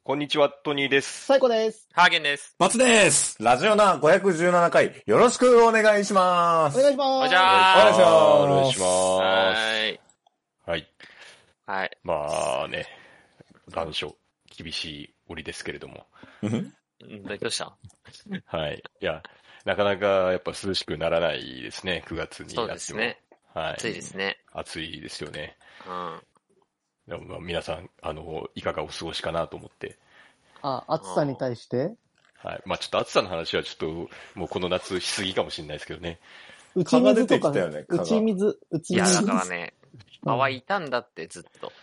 こんにちは、トニーです。 最高です。 ハーゲンです。 松です。 ラジオナ517回、よろしくお願いします。 お願いします。 お願いします。 お願いします。 はい。 はい。まあね、残暑、厳しい折ですけれども。 どうしたはい。いや、なかなかやっぱ涼しくならないですね、9月になっても。 そうですね。はい。暑いですね。 暑いですよね。 うん。 でも皆さん、いかがお過ごしかなと思って。 暑さに対してはい。まあちょっと暑さの話はちょっと、もうこの夏しすぎかもしれないですけどね。 打ち水とか、 ね、 打ち水。 いや、だからね、川いたんだってずっと。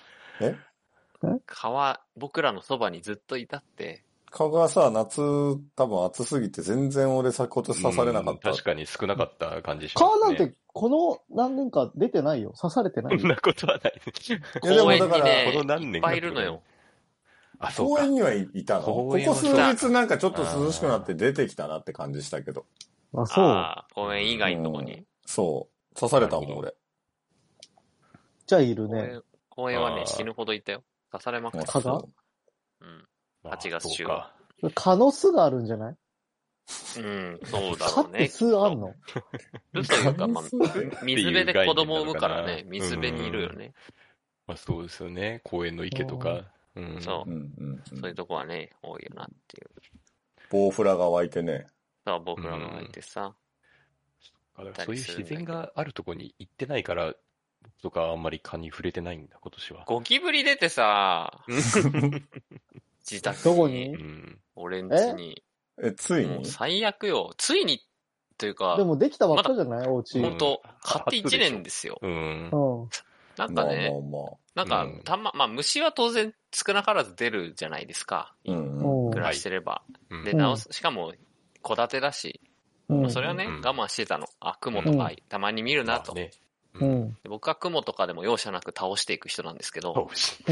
川、僕らのそばにずっといたって。 蚊がさ、夏多分暑すぎて全然俺今年刺されなかった。 確かに少なかった感じしますね。 蚊なんてこの何年か出てないよ。刺されてないよ。 そんなことはない。 公園にね、この何年かいっぱいいるのよ。 あ、そうか。公園にはいたの？ここ数日なんかちょっと涼しくなって出てきたなって感じしたけど。 あ、そう。 公園以外のとこに。 そう。刺されたもん、俺。 じゃあいるね。 公園はね、死ぬほどいたよ。刺されまくった。 蚊が？ うん。8月中は。 蚊の巣があるんじゃない？ うん、そうだろうね。 蚊って巣あんの？ 巣というか、まあ、水辺で子供を産むからね、水辺にいるよね。 まあそうですよね。公園の池とか。 そう。そういうとこはね、多いよなっていう。 ボウフラが湧いてね。 そう、ボウフラが湧いてさ。 そういう自然があるとこに行ってないから、とかあんまり蚊に触れてないんだ、今年は。 ゴキブリ出てさ、自宅に。 どこに？ 俺ん家に。 ついに？ もう最悪よ。ついに、というか。 でもできたばっかじゃない？お家。 ほんと、買って1年ですよ。なんかね、なんか、まあ虫は当然少なからず出るじゃないですか。暮らしてれば。で、しかも、戸建てだし、それはね、我慢してたの。雲とかたまに見るなと。僕は雲とかでも容赦なく倒していく人なんですけど、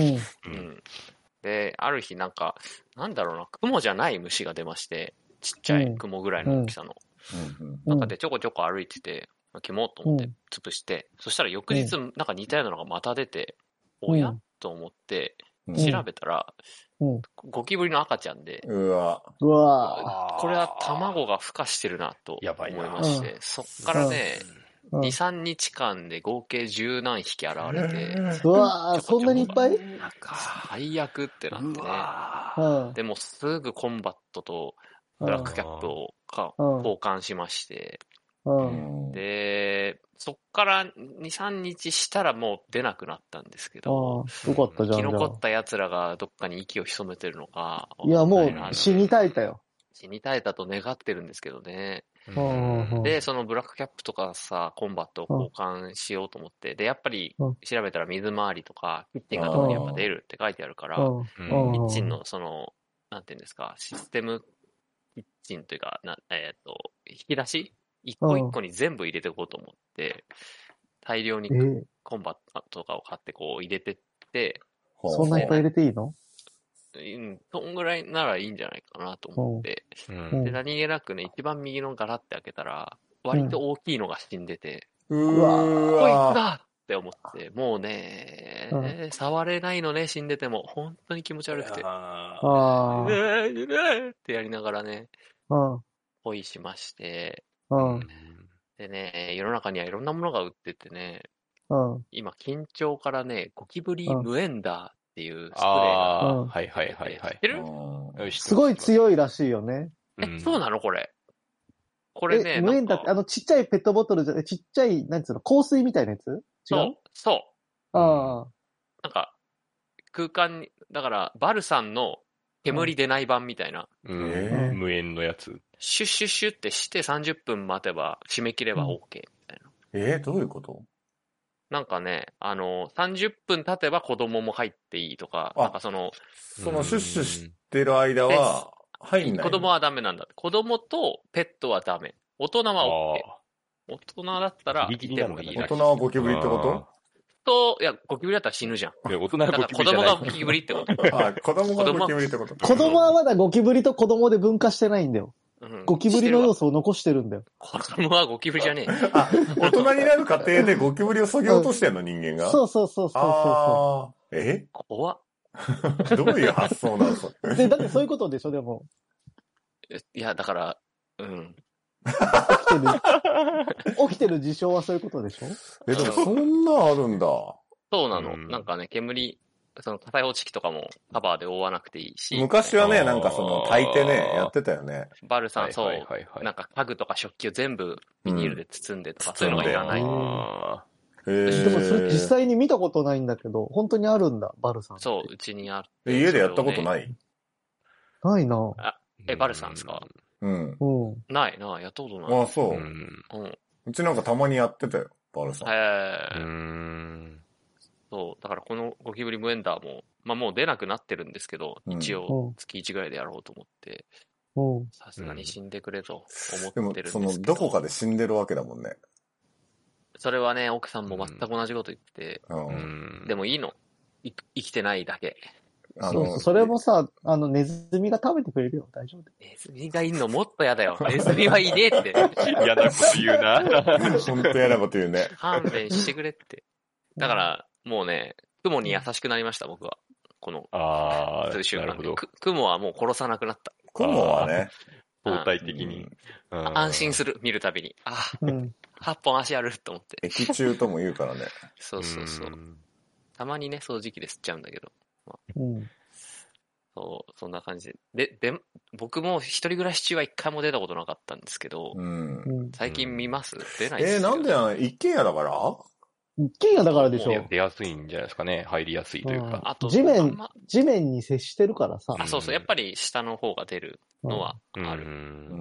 で、ある日なんか、なんだろうな、雲じゃない虫が出まして、ちっちゃい雲ぐらいの大きさの。なんかでちょこちょこ歩いてて、キモと思って潰して、そしたら翌日なんか似たようなのがまた出て、おやと思って調べたら、ゴキブリの赤ちゃんで、 うわこれは卵が孵化してるなと思いまして、そっからね、2、3日間で合計10何匹現れて、 うわぁ、そんなにいっぱい？ 最悪ってなってね。でもすぐコンバットとブラックキャップを交換しまして、で、そっから2、3日したらもう出なくなったんですけど、 よかったじゃん。 生き残った奴らがどっかに息を潜めてるのか。 いや、もう死に絶えたよ。 死に絶えたと願ってるんですけどね。で、そのブラックキャップとかさ、コンバットを交換しようと思って、で、やっぱり調べたら水回りとか、キッチンが特にやっぱ出るって書いてあるから、キッチンのその、なんていうんですか、システムキッチンというか、引き出し一個一個に全部入れていこうと思って、大量にコンバットとかを買ってこう入れてって、 そんないっぱい入れていいの？ そんぐらいならいいんじゃないかなと思って。で、何気なくね、一番右のガラって開けたら、割と大きいのが死んでて、こいつだって思って、もうね、触れないのね、死んでても。本当に気持ち悪くて。ってやりながらね、ポイしまして、でね、世の中にはいろんなものが売っててね、今、緊張からね、ゴキブリ無縁だっていうスプレーが。 はい。 知ってる？ すごい強いらしいよね。 そうなのこれ。これね、 無縁だって、ちっちゃいペットボトルじゃ、ちっちゃい、なんつうの、香水みたいなやつ？違う？ そう。なんか、空間に、だから、バルサンの煙出ない版みたいな。 無縁のやつ。 シュッシュッシュッってして30分待てば、締め切れば OK みたいな。 どういうこと？ なんかね、30分経てば子供も入っていいとか、なんかそのシュッシュしてる間は入んない。 子供はダメなんだ。子供とペットはダメ。大人は OK。大人だったらいてもいいらしい。 大人はゴキブリってこと？ いや、ゴキブリだったら死ぬじゃん。 大人はゴキブリ。 子供がゴキブリってこと。 子供がゴキブリってこと。 子供はまだゴキブリと子供で分化してないんだよ。ゴキブリの要素を残してるんだよ。 子供はゴキブリじゃねえ。 大人になる過程でゴキブリを削ぎ落としてんの、人間が。 そう。 怖っ。 どういう発想なのそれ。 で、だってそういうことでしょ、でも。 いや、だから、うん。 起きてる事象はそういうことでしょ？ でもそんなあるんだ。 そうなの。なんかね、煙、その火災報知器とかもカバーで覆わなくていいし。 昔はね、なんかその炊いてね、やってたよね。 バルさん、そう。なんか家具とか食器を全部ビニールで包んでとか、そういうのがいらない。 でもそれ実際に見たことないんだけど、本当にあるんだ、バルさん。 そう、うちにあって。 家でやったことない？ ないな。 バルさんですか？ うん。 ないな、やったことない。 あ、そう。うちなんかたまにやってたよ、バルさん。 そう、だからこのゴキブリブレンダーも、まあもう出なくなってるんですけど、一応月1ぐらいでやろうと思って、さすがに死んでくれと思ってるんですけど。 でも、どこかで死んでるわけだもんね。 それはね、奥さんも全く同じこと言って、でもいいの。生きてないだけ。 そう、それもさ、ネズミが食べてくれるよ、大丈夫。 ネズミがいんのもっと嫌だよ。ネズミはいねえって。 嫌なこと言うな。 本当嫌なこと言うね。 勘弁してくれって。だから、もうね、雲に優しくなりました、僕は。この、数週間で。雲はもう殺さなくなった。 雲はね。 相対的に。 安心する、見るたびに。8本足あると思って。 液中とも言うからね。 そうそうそう。たまにね、掃除機で吸っちゃうんだけど。そう、そんな感じで。で、僕も一人暮らし中は一回も出たことなかったんですけど、最近見ます？出ないですよ。 なんで一軒家だから？ 一軒家だからでしょ。 出やすいんじゃないですかね。入りやすいというか。 あと、 地面に接してるからさ。 そうそう。やっぱり下の方が出るのはある。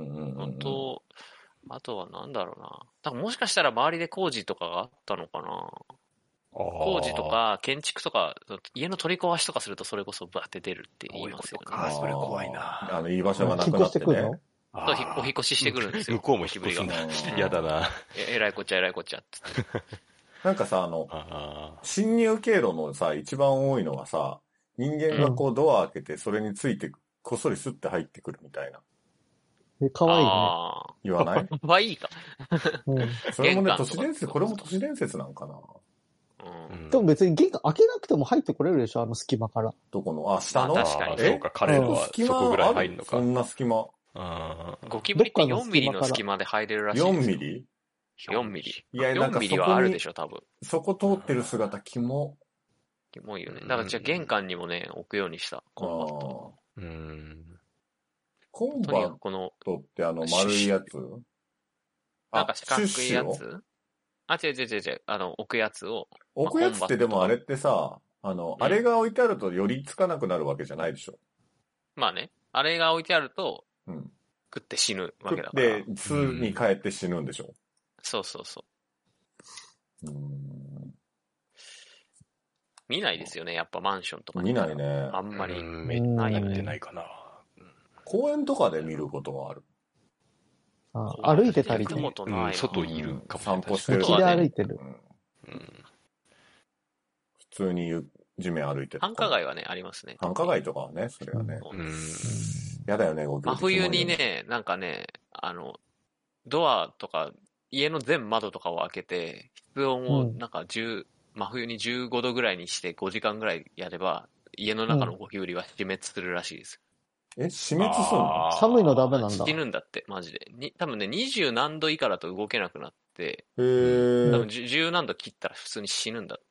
あとはなんだろうな。なんかもしかしたら周りで工事とかがあったのかな。工事とか建築とか、家の取り壊しとかするとそれこそバーって出るって言いますよね。 それ怖いな。 いい場所がなくなってね。 お引越ししてくるんですよ。 向こうも引っ越すの。嫌だな。 えらいこっちゃえらいこっちゃって。 なんかさ、侵入経路のさ、一番多いのはさ、人間がこうドア開けて、それについて、こっそりスッて入ってくるみたいな。 かわいいね。 言わない？ かわいいか。 それもね、都市伝説、これも都市伝説なんかな。 でも別に玄関開けなくても入ってこれるでしょ、隙間から。 どこの？下の？ 確かに。 そうか、彼らはそこぐらい入るのか。 そんな隙間。 ゴキブリって4ミリの隙間で入れるらしいですよ。 4ミリ ？4ミリ。 いや、なんか 4ミリはあるでしょ、多分。 そこ通ってる姿、キモ。 キモいよね。だからじゃあ玄関にもね、置くようにした、コンバット。 コンバットって丸いやつ？ なんか四角いやつ？違う。置くやつを。 置くやつってでもあれってさ、あれが置いてあるとよりつかなくなるわけじゃないでしょ。 まあね。あれが置いてあると、食って死ぬわけだから。 で、巣に帰って死ぬんでしょ。 そうそうそう。見ないですよね、やっぱマンションとかに。見ないね。 あんまり。 ないよね。ないかな。 公園とかで見ることはある。 歩いてたりとか。 外いるかも。 散歩してる。 道で歩いてる。 普通に地面歩いてる。 繁華街はね、ありますね。 繁華街とかはね、それはね。やだよね、 真冬にね、なんかね、ドアとか、家の全窓とかを開けて、室温をなんか真冬に15度ぐらいにして5時間ぐらいやれば、家の中のゴキブリは死滅するらしいです。 死滅するの？ 寒いのダメなんだ。 死ぬんだって、マジで。多分ね、20何度以下だと動けなくなって、多分10何度切ったら普通に死ぬんだって。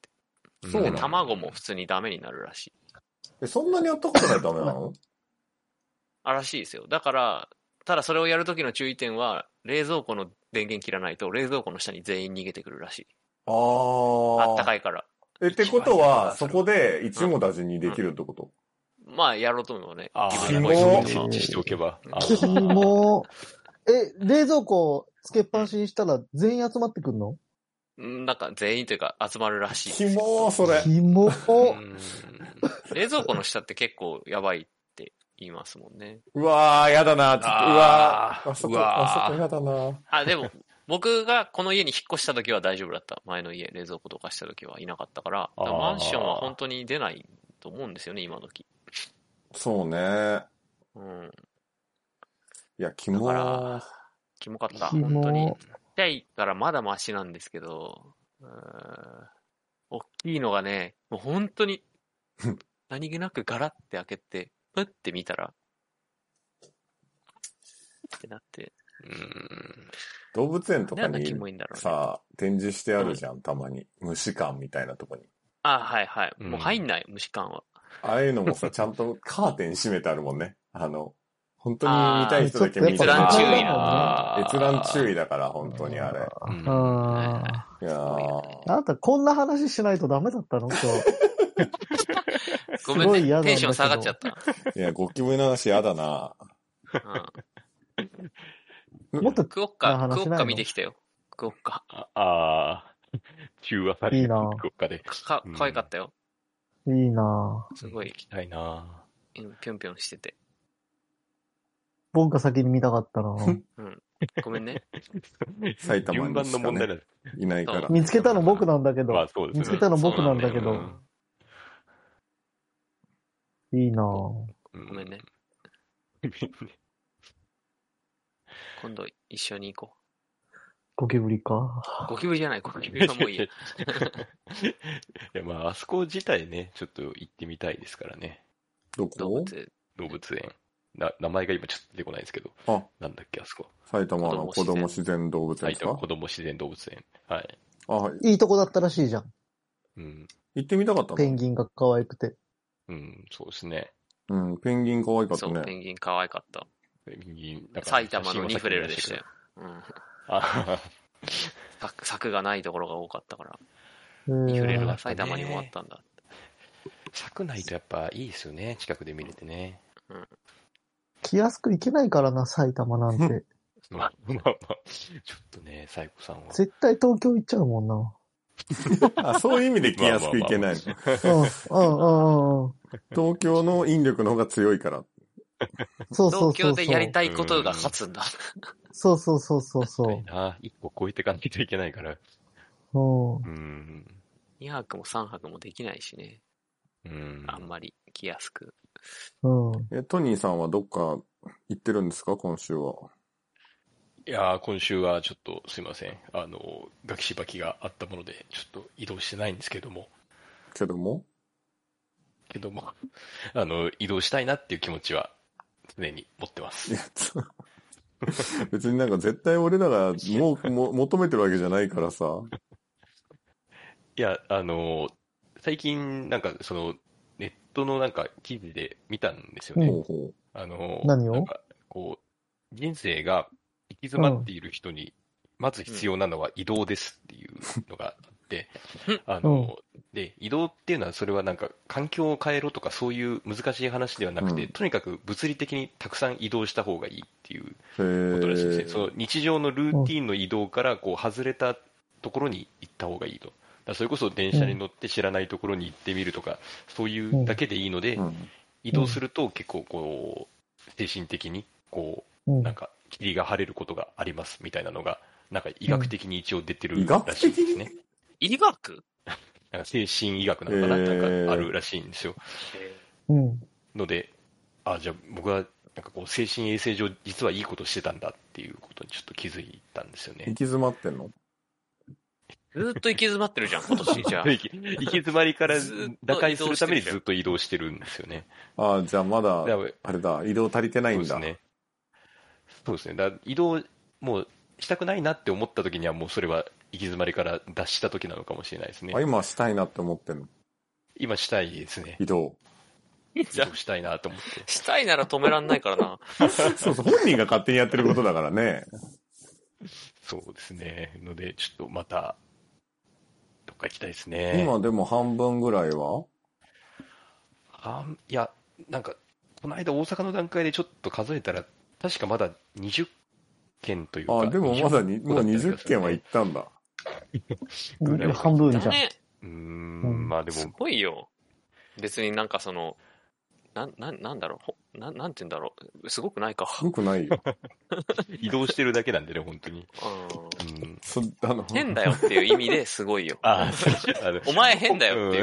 そう。卵も普通にダメになるらしい。そんなにやったことないとダメなの？ らしいですよ。だから、ただそれをやるときの注意点は、冷蔵庫の電源切らないと、冷蔵庫の下に全員逃げてくるらしい。あったかいから。 ってことは、そこで一網打尽にできるってこと？ まあ、やろうと思うね。 キモーしておけば。 キモー。冷蔵庫つけっぱなしにしたら全員集まってくんの？ なんか全員というか集まるらしい。 キモー、それ。 キモー。 冷蔵庫の下って結構やばいって言いますもんね。 うわー、やだな。ちょっと、うわー。あそこやだな。 でも、僕がこの家に引っ越した時は大丈夫だった。前の家、冷蔵庫とかした時はいなかったから、マンションは本当に出ないと思うんですよね、今時。 そうね。いや、キモー。 キモかった、本当に。ちっちゃいからまだマシなんですけど、大きいのがね、もう本当に、 何気なくガラって開けて、プッて見たら、ってなって。 動物園とかにさ、 ね、 展示してあるじゃん、たまに。虫館みたいなとこに。 あ、はいはい。もう入んない、虫館は。 ああいうのもさ、ちゃんとカーテン閉めてあるもんね。本当に見たい人だけ見て閲覧注意閲覧注意だから、本当にあれ。いやあなたこんな話しないとダメだったの今日。 ごめんね、テンション下がっちゃった。 いや、ゴキブリの話やだな。 もっとクオッカ見てきたよ。クオッカ。 中和されるクオッカで。 かわいかったよ。 いいなすごい。 行きたいなぴょんぴょんしてて。 僕が先に見たかったなごめんね。 埼玉にしかね、いないから。 見つけたの僕なんだけど。 まあそうですね。 見つけたの僕なんだけど。いいなごめんね。今度一緒に行こう。 ゴキブリか。 ゴキブリじゃない、ゴキブリはもういいや。いや、まあ、あそこ自体ね、ちょっと行ってみたいですからね。 どこ？ 動物園。名前が今ちょっと出てこないんですけど。なんだっけ、あそこ。 埼玉の子供自然動物園ですか？ 埼玉子供自然動物園。はい。 いいとこだったらしいじゃん。 行ってみたかったの？ ペンギンが可愛くて。 そうですね。 ペンギン可愛かったね。 そう、ペンギン可愛かった。 ペンギン、 埼玉のニフレルでしたよ。柵がないところが多かったから。ニフレルが埼玉にもあったんだ。 柵ないとやっぱいいですよね。近くで見れてね。 気安く行けないからな、埼玉なんて。 まあ、ちょっとね、サイコさんは。 絶対東京行っちゃうもんな。そういう意味で気安く行けない。東京の引力の方が強いから。 東京でやりたいことが勝つんだ。 そう。 一個超えていかないといけないから。 2泊も3泊もできないしね。あんまり来やすく。 トニーさんはどっか行ってるんですか、今週は。 いやー、今週はちょっとすいません。ガキしばきがあったもので、ちょっと移動してないんですけども。移動したいなっていう気持ちは常に持ってます。 別になんか絶対俺らが求めてるわけじゃないからさ。 いや、最近なんかネットのなんか記事で見たんですよね。 何を？ なんかこう、人生が行き詰まっている人に、まず必要なのは移動ですっていうのがあって、で、移動っていうのはそれはなんか環境を変えろとかそういう難しい話ではなくて、とにかく物理的にたくさん移動した方がいいっていうことらしいですね。その日常のルーティンの移動からこう外れたところに行った方がいいと。それこそ電車に乗って知らないところに行ってみるとか、そういうだけでいいので、移動すると結構こう、精神的にこう、なんか霧が晴れることがありますみたいなのが、なんか医学的に一応出てるらしいですね。 医学？ なんか精神医学なのかな、なんかあるらしいんですよ。ので、じゃあ僕はなんかこう精神衛生上実はいいことしてたんだっていうことにちょっと気づいたんですよね。 行き詰まってんの？ ずっと行き詰まってるじゃん、今年じゃあ。 行き詰まりから打開するためにずっと移動してるんですよね。 じゃあまだ、あれだ、移動足りてないんだ。 そうですね。移動、もうしたくないなって思った時にはもうそれは行き詰まりから脱した時なのかもしれないですね。 今したいなって思ってんの？ 今したいですね。 移動したいなと思って。 したいなら止めらんないからな。 そう、本人が勝手にやってることだからね。 そうですね。ので、ちょっとまた、どっか行きたいですね。 今でも半分ぐらいは？ いや、なんか、この間大阪の段階でちょっと数えたら、確かまだ20件というか。 でもまだもう20件は行ったんだ。 半分じゃん。まあでも。 すごいよ。別になんかなんだろう、なんて言うんだろう。すごくないか。 すごくないよ。 移動してるだけなんでね、本当に。 変だよっていう意味ですごいよ。お前変だよっていう。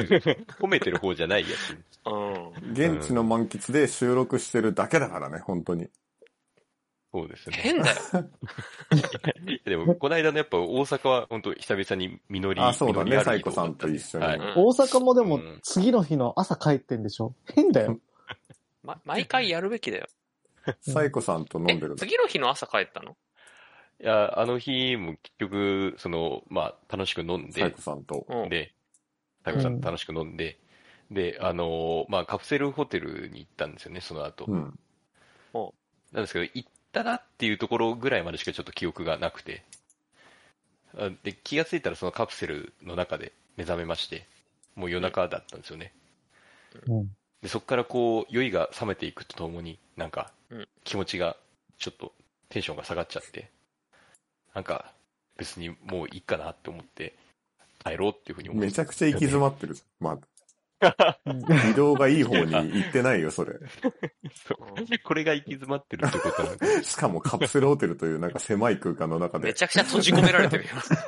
褒めてる方じゃないやつ。 現地の満喫で収録してるだけだからね、本当に。 そうですね。 変だよ。 でも、この間のやっぱ大阪は本当久々に実りあ、そうだね、 実りあるサイコさんと一緒に。 はいうん大阪もでも次の日の朝帰ってんでしょ。変だよ。 毎回やるべきだよ。 サイコさんと飲んでる。 次の日の朝帰ったの？ いや、あの日も結局、まあ、楽しく飲んでサイコ、さんと。 で、サイコさんと楽しく飲んで、で、まあ、カプセルホテルに行ったんですよね、その後。 うん。 なんですけど、行ったなっていうところぐらいまでしかちょっと記憶がなくて、で、気がついたらそのカプセルの中で目覚めまして、もう夜中だったんですよね。で、そこからこう、酔いが冷めていくとともに、なんか、気持ちが、ちょっとテンションが下がっちゃって、なんか、別にもういいかなって思って、帰ろうっていうふうに思って。 めちゃくちゃ行き詰まってるじゃん。まあ、移動がいい方に行ってないよ、それ。 そう。これが行き詰まってるってことなんで。 しかもカプセルホテルというなんか狭い空間の中で。 めちゃくちゃ閉じ込められてるよ。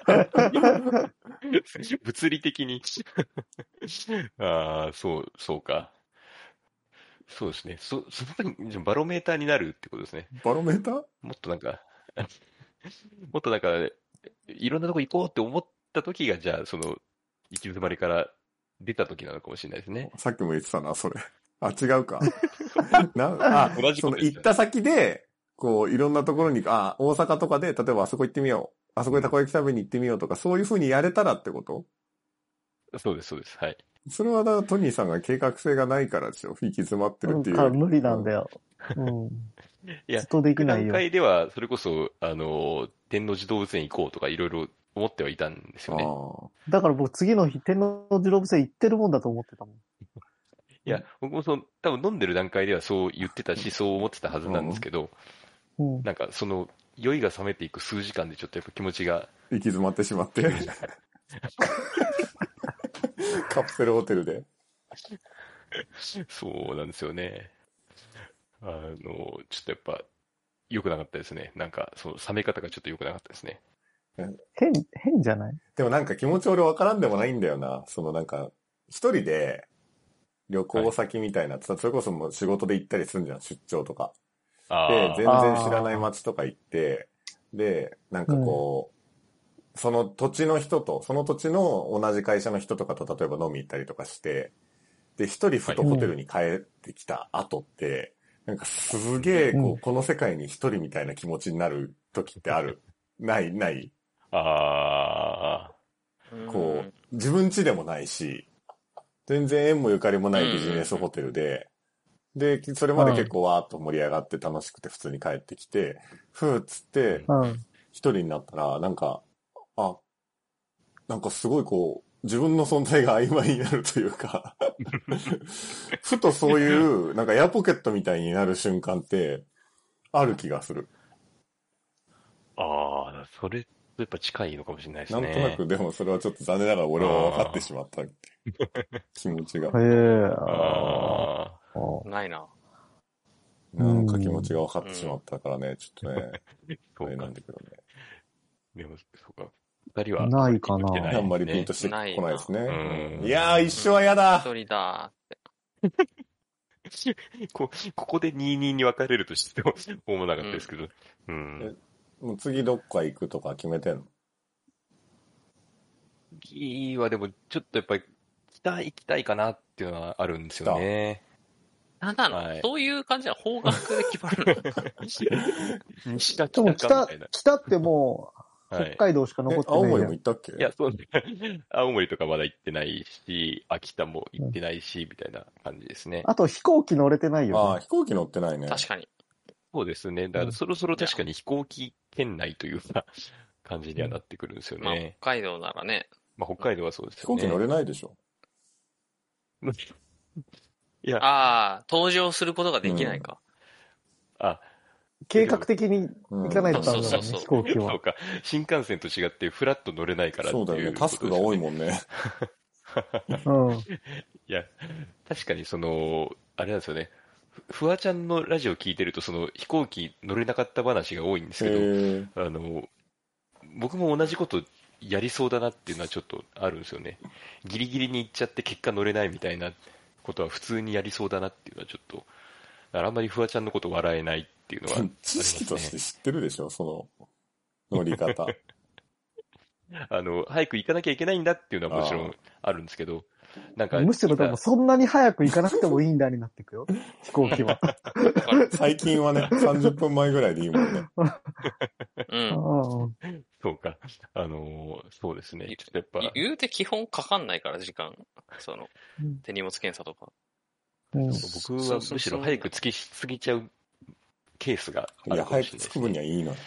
物理的に。ああ、そうか。そうですね。その時にバロメーターになるってことですね。 バロメーター？ もっとなんか、いろんなとこ行こうって思った時が、じゃあ、行き詰まりから出た時なのかもしれないですね。 さっきも言ってたな、それ。あ、違うか。 同じことです行った先で、こう、いろんなところに、大阪とかで、例えばあそこ行ってみよう。あそこでたこ焼き食べに行ってみようとか、そういう風にやれたらってこと？ そうです、そうです。はい。 それはトニーさんが計画性がないからでしょ。行き詰まってるっていう。 無理なんだよ。 いや、 ずっとできないよ。 段階では、それこそ、天王寺動物園行こうとかいろいろ思ってはいたんですよね。 だから僕次の日天王寺動物園行ってるもんだと思ってたもん。 いや、僕も多分飲んでる段階ではそう言ってたし、そう思ってたはずなんですけど、なんか酔いが冷めていく数時間でちょっとやっぱ気持ちが。 行き詰まってしまって。カプセルホテルで。 そうなんですよね。ちょっとやっぱ、良くなかったですね。なんか、冷め方がちょっと良くなかったですね。 変じゃない？ でもなんか気持ち俺わからんでもないんだよな。なんか、一人で旅行先みたいな、それこそもう仕事で行ったりするんじゃん、出張とか。で、全然知らない街とか行って、で、なんかこう、その土地の人と、その土地の同じ会社の人とかと例えば飲み行ったりとかして、で、一人ふとホテルに帰ってきた後って、なんかすげえ、この世界に一人みたいな気持ちになる時ってある？ないこう、自分家でもないし、全然縁もゆかりもないビジネスホテルで、で、それまで結構わーっと盛り上がって楽しくて普通に帰ってきて、ふーっつって、一人になったら、なんかすごいこう、自分の存在が曖昧になるというか、ふとそういう、なんかエアポケットみたいになる瞬間って、ある気がする。 それ、やっぱ近いのかもしれないですね。 なんとなく、でもそれはちょっと残念ながら俺は分かってしまった気持ちが。 ないな。 なんか気持ちが分かってしまったからね、ちょっとね、あれなんだけどね。 でも、そうか。二人は、 ないかな。 あんまりピンとしてこないですね。いやー、 一緒は嫌だ。 一人だここで22に分かれるとしても思わなかったですけど。 もう次どっか行くとか決めてんの？ 次はでも、ちょっとやっぱり、北行きたいかなっていうのはあるんですよね。 なんなの、そういう感じは方角で決まるの？ 西か北かみたいな。 北ってもう、北海道しか残ってない。 青森も行ったっけ？ いや、そう青森とかまだ行ってないし、秋田も行ってないし、みたいな感じですね。 あと飛行機乗れてないよね。 飛行機乗ってないね。 確かに。 そうですね。だからそろそろ確かに飛行機圏内というか、感じにはなってくるんですよね。 北海道ならね。 北海道はそうですよね。 飛行機乗れないでしょ。 いや。 搭乗することができないか。 計画的に行かないとダメだもんね、飛行機は。 そうか。新幹線と違ってフラッと乗れないからっていう。 そうだよね。タスクが多いもんね。 いや、確かにあれなんですよね。フワちゃんのラジオ聞いてると、飛行機乗れなかった話が多いんですけど、僕も同じことやりそうだなっていうのはちょっとあるんですよね。ギリギリに行っちゃって結果乗れないみたいなことは普通にやりそうだなっていうのはちょっと、 あんまりフワちゃんのこと笑えないっていうのはありますね。 知識として知ってるでしょ、その乗り方。 早く行かなきゃいけないんだっていうのはもちろんあるんですけど、なんか、 むしろでもそんなに早く行かなくてもいいんだになってくよ。飛行機は。 最近はね、30分前ぐらいでいいもんね。 うん。 そうか。そうですね。ちょっとやっぱ。 言うて基本かかんないから、時間。手荷物検査とか。 僕はむしろ早く着きすぎちゃうケースがあるかもしれないですね。 いや、早く着く分にはいいのよ。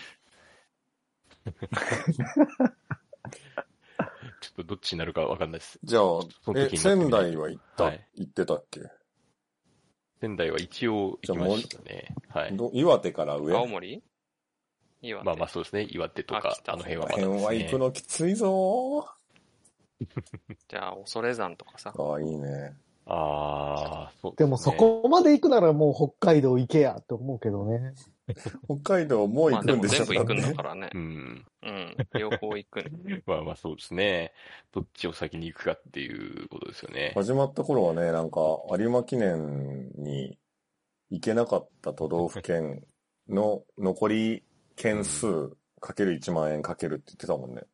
ちょっとどっちになるかわかんないです。 じゃあ、仙台は行ってたっけ？ 仙台は一応行きましたね。はい。 岩手から上？ 青森？岩手。 まあそうですね。岩手とか、あの辺はまだですね。 あの辺は行くのきついぞー。じゃあ、恐山とかさ。 ああ、いいね。 そうですね。 でもそこまで行くならもう北海道行けやって思うけどね。 北海道もう行くんでしょ？ 全部行くんだからね。 うん。 両方行く。 まあそうですね。どっちを先に行くかっていうことですよね。 始まった頃はね、なんか、有馬記念に行けなかった都道府県の残り件数かける1万円かけるって言ってたもんね。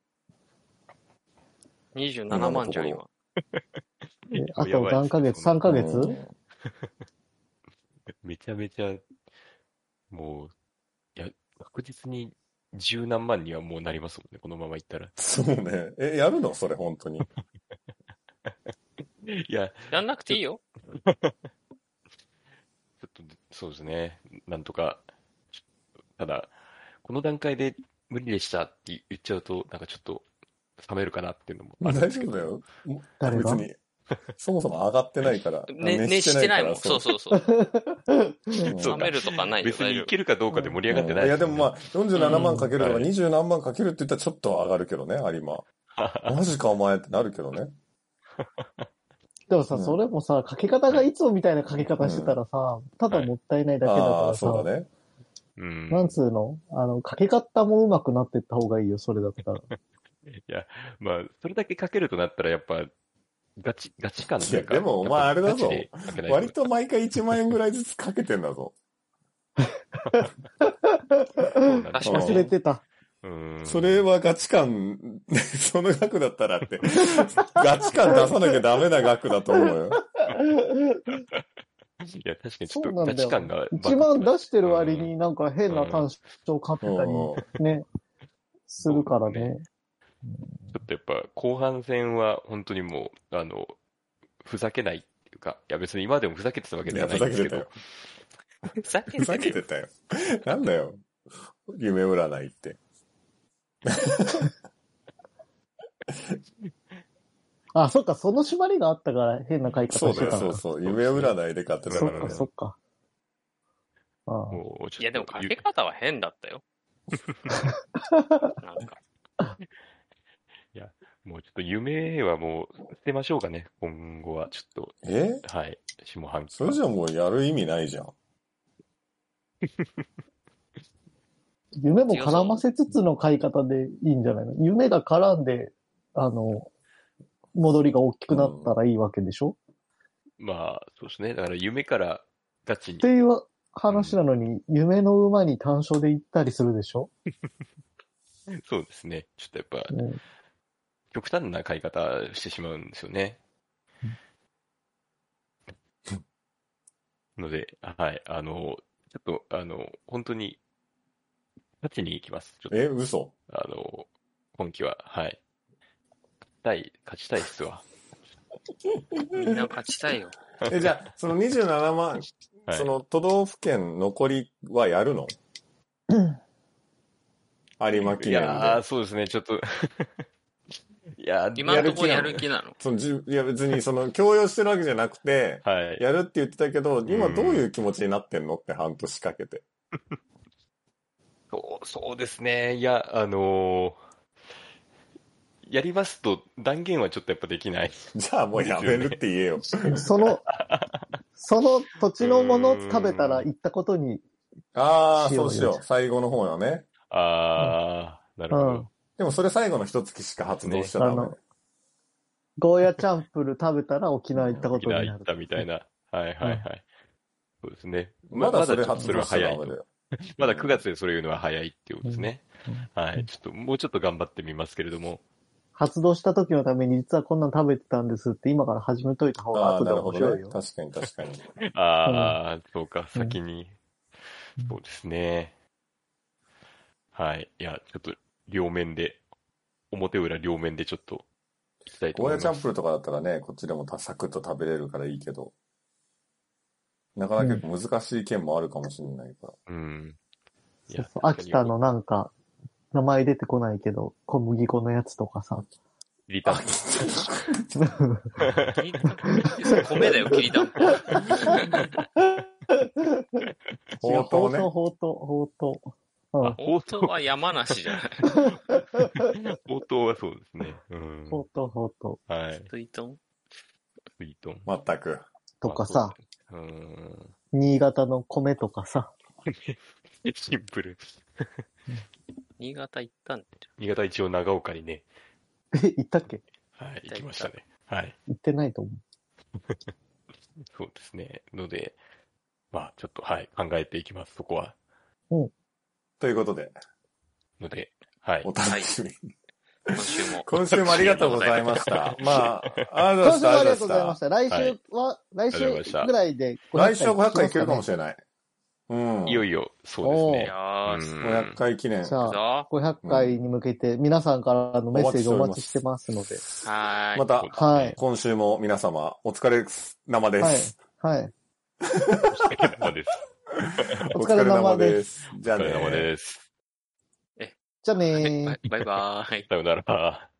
27万じゃん、今。 あと何ヶ月 ?3 ヶ月、 めちゃめちゃ、もう、確実に十何万にはもうなりますもんね、このままいったら。 そうね。やるのそれ、本当に。 いや。 やんなくていいよ。 ちょっと、そうですね。なんとか。ただ、この段階で無理でしたって言っちゃうと、なんかちょっと冷めるかなっていうのもあるんですけど。 大丈夫だよ。別に。そもそも上がってないから。 熱してないもん。そう。冷めるとかないよ。 別にいけるかどうかで盛り上がってない、 いやでもまあ、47万かけるとか20何万かけるって言ったらちょっと上がるけどね、有馬。マジかお前ってなるけどね。 でもさ、それもさ、かけ方がいつもみたいなかけ方してたらさ、ただもったいないだけだからさ。 そうだね。 なんつうのかけ方も上手くなってった方がいいよ、それだったら。 いや、まあ、それだけかけるとなったらやっぱ、ガチ感というか。 でもお前あれだぞ。割と毎回1万円ぐらいずつかけてんだぞ。 忘れてた。 それはガチ感、その額だったらって、ガチ感出さなきゃダメな額だと思うよ。 いや、確かにちょっとガチ感が。 1万出してる割になんか変な単勝買ってたりね、するからね。 ちょっとやっぱ後半戦は本当にもう、ふざけないっていうか、いや別に今でもふざけてたわけではないんですけど。 ふざけてたよ。なんだよ。夢占いって。 あ、そっか、その縛りがあったから変な買い方してた。 そう。夢占いで買ってたからね。 そっか。 いやでもかけ方は変だったよ。なんか。 いや、もうちょっと夢はもう捨てましょうかね、今後は。ちょっと。はい。下半期。 それじゃもうやる意味ないじゃん。 夢も絡ませつつの買い方でいいんじゃないの？夢が絡んで、戻りが大きくなったらいいわけでしょ？ まあ、そうですね。だから夢からガチに。 っていう話なのに、夢の馬に単勝で行ったりするでしょ？ そうですね。ちょっとやっぱ、極端な買い方してしまうんですよね。ので、はい。ちょっと、本当に、勝ちに行きます。ちょっと嘘？ 今期は、はい。勝ちたいっすわ。 みんな勝ちたいよ。 じゃあ、その27万、はい、その都道府県残りはやるの？有馬記念で。いやそうですね、ちょっと。いや、 今のところやる気なの？ いや別に強要してるわけじゃなくて、 はい、 やるって言ってたけど、今どういう気持ちになってんのって半年かけて。 そうですね。いや、やりますと断言はちょっとやっぱできない。 じゃあもうやめるって言えよ。 その土地のものを食べたら行ったことに。 そうしよう。最後の方よね。 なるほど。 でもそれ最後の一月しか発動しちゃダメ。 ゴーヤチャンプル食べたら沖縄行ったことになる。 沖縄行ったみたいな。はい。 そうですね。 まだそれ発それは早い動しちゃダメだよ。 まだ9月でそれ言うのは早いっていうことですね。はい。もうちょっと頑張ってみますけれども。 発動した時のために実はこんなの食べてたんですって今から始めといた方が後で面白いよ。 ね、確かに確かに。 そうか、先に。そうですね。はい。いや、ちょっと両面で、表裏両面でちょっと聞きたいと思います。 ゴーヤチャンプルとかだったらね、こっちでもサクッと食べれるからいいけど、なかなか結構難しい県もあるかもしれないから。 うん。 そうそう、秋田のなんか、名前出てこないけど、小麦粉のやつとかさ。 きりたんぽ。 米だよ、きりたんぽ。 ほうとうね。 ほうとう。 ほうとうは山梨じゃない。 ほうとうはそうですね。 ほうとう。はい。 スイトンスイートン。 全く。 とかさ、新潟の米とかさ。 シンプル。 新潟行ったんだよ。 新潟一応長岡にね。 行ったっけ？ はい、行きましたね。はい。 行ってないと思う。 そうですね。ので、まあ、ちょっと、はい、考えていきます、そこは。 ということで。 ので、はい。 お楽しみに。 今週もありがとうございました。まあ、 今週もありがとうございました。来週ぐらいで 500回。来週は500回いけるかもしれない。 うん。いよいよ、そうですね。 500回記念。 じゃあ、500回に向けて皆さんからのメッセージお待ちしてますので。 はい。 また、今週も皆様、お疲れ生です。 はい。 お疲れ様です。 お疲れ様です。 じゃあね。お疲れ様です。 じゃあねー。 バイバーイ。 さよなら。